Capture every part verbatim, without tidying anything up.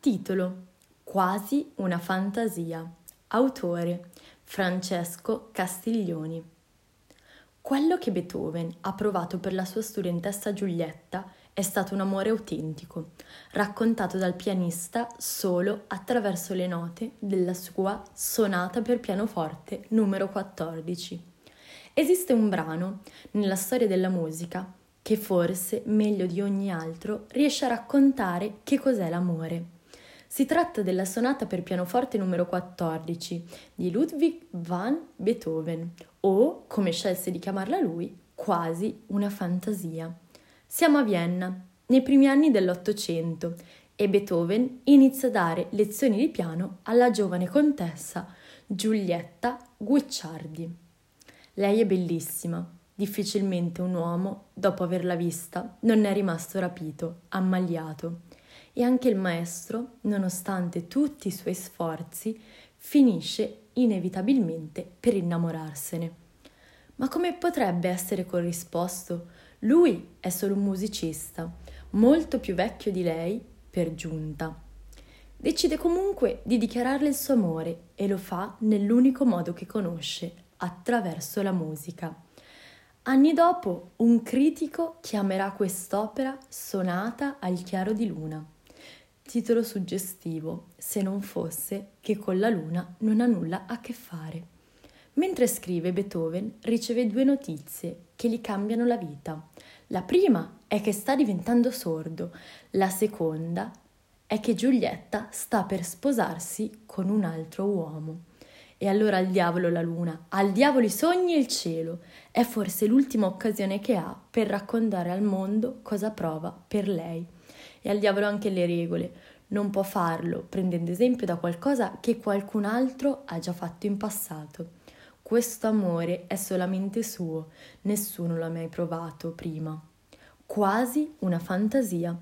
Titolo: Quasi una fantasia. Autore: Francesco Castiglioni. Quello che Beethoven ha provato per la sua studentessa Giulietta è stato un amore autentico, raccontato dal pianista solo attraverso le note della sua sonata per pianoforte numero quattordici. Esiste un brano nella storia della musica che forse, meglio di ogni altro, riesce a raccontare che cos'è l'amore. Si tratta della sonata per pianoforte numero quattordici di Ludwig van Beethoven, o, come scelse di chiamarla lui, quasi una fantasia. Siamo a Vienna, nei primi anni dell'Ottocento, e Beethoven inizia a dare lezioni di piano alla giovane contessa Giulietta Guicciardi. Lei è bellissima, difficilmente un uomo, dopo averla vista, non è rimasto rapito, ammaliato. E anche il maestro, nonostante tutti i suoi sforzi, finisce inevitabilmente per innamorarsene. Ma come potrebbe essere corrisposto? Lui è solo un musicista, molto più vecchio di lei, per giunta. Decide comunque di dichiararle il suo amore e lo fa nell'unico modo che conosce, attraverso la musica. Anni dopo, un critico chiamerà quest'opera Sonata al chiaro di luna. Titolo suggestivo, se non fosse che con la luna non ha nulla a che fare. Mentre scrive, Beethoven riceve due notizie che gli cambiano la vita. La prima è che sta diventando sordo, la seconda è che Giulietta sta per sposarsi con un altro uomo. E allora al diavolo la luna, al diavolo i sogni e il cielo. È forse l'ultima occasione che ha per raccontare al mondo cosa prova per lei. E al diavolo anche le regole. Non può farlo prendendo esempio da qualcosa che qualcun altro ha già fatto in passato. Questo amore è solamente suo, nessuno l'ha mai provato prima. Quasi una fantasia.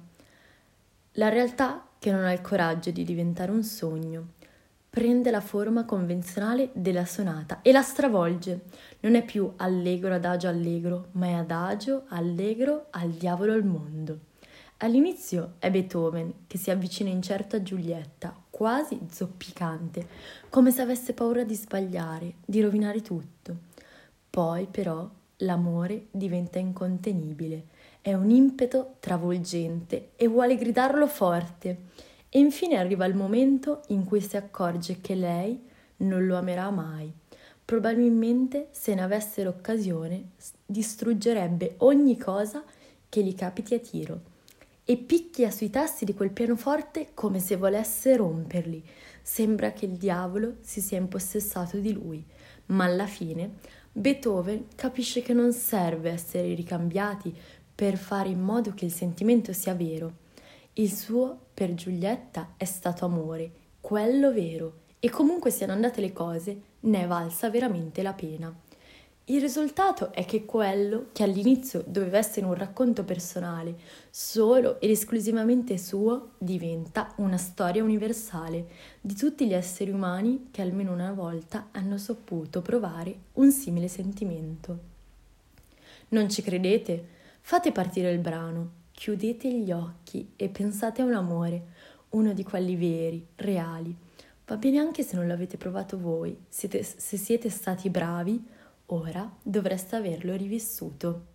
La realtà che non ha il coraggio di diventare un sogno. Prende la forma convenzionale della sonata e la stravolge. Non è più allegro, adagio, allegro, ma è adagio, allegro, al diavolo al mondo. All'inizio è Beethoven che si avvicina incerto a Giulietta, quasi zoppicante, come se avesse paura di sbagliare, di rovinare tutto. Poi però l'amore diventa incontenibile, è un impeto travolgente e vuole gridarlo forte. E infine arriva il momento in cui si accorge che lei non lo amerà mai. Probabilmente, se ne avesse l'occasione, distruggerebbe ogni cosa che gli capiti a tiro e picchia sui tasti di quel pianoforte come se volesse romperli. Sembra che il diavolo si sia impossessato di lui, ma alla fine Beethoven capisce che non serve essere ricambiati per fare in modo che il sentimento sia vero. Il suo per Giulietta è stato amore, quello vero, e comunque siano andate le cose, ne è valsa veramente la pena. Il risultato è che quello che all'inizio doveva essere un racconto personale, solo ed esclusivamente suo, diventa una storia universale di tutti gli esseri umani che almeno una volta hanno saputo provare un simile sentimento. Non ci credete? Fate partire il brano. Chiudete gli occhi e pensate a un amore, uno di quelli veri, reali. Va bene anche se non l'avete provato voi, siete, se siete stati bravi, ora dovreste averlo rivissuto.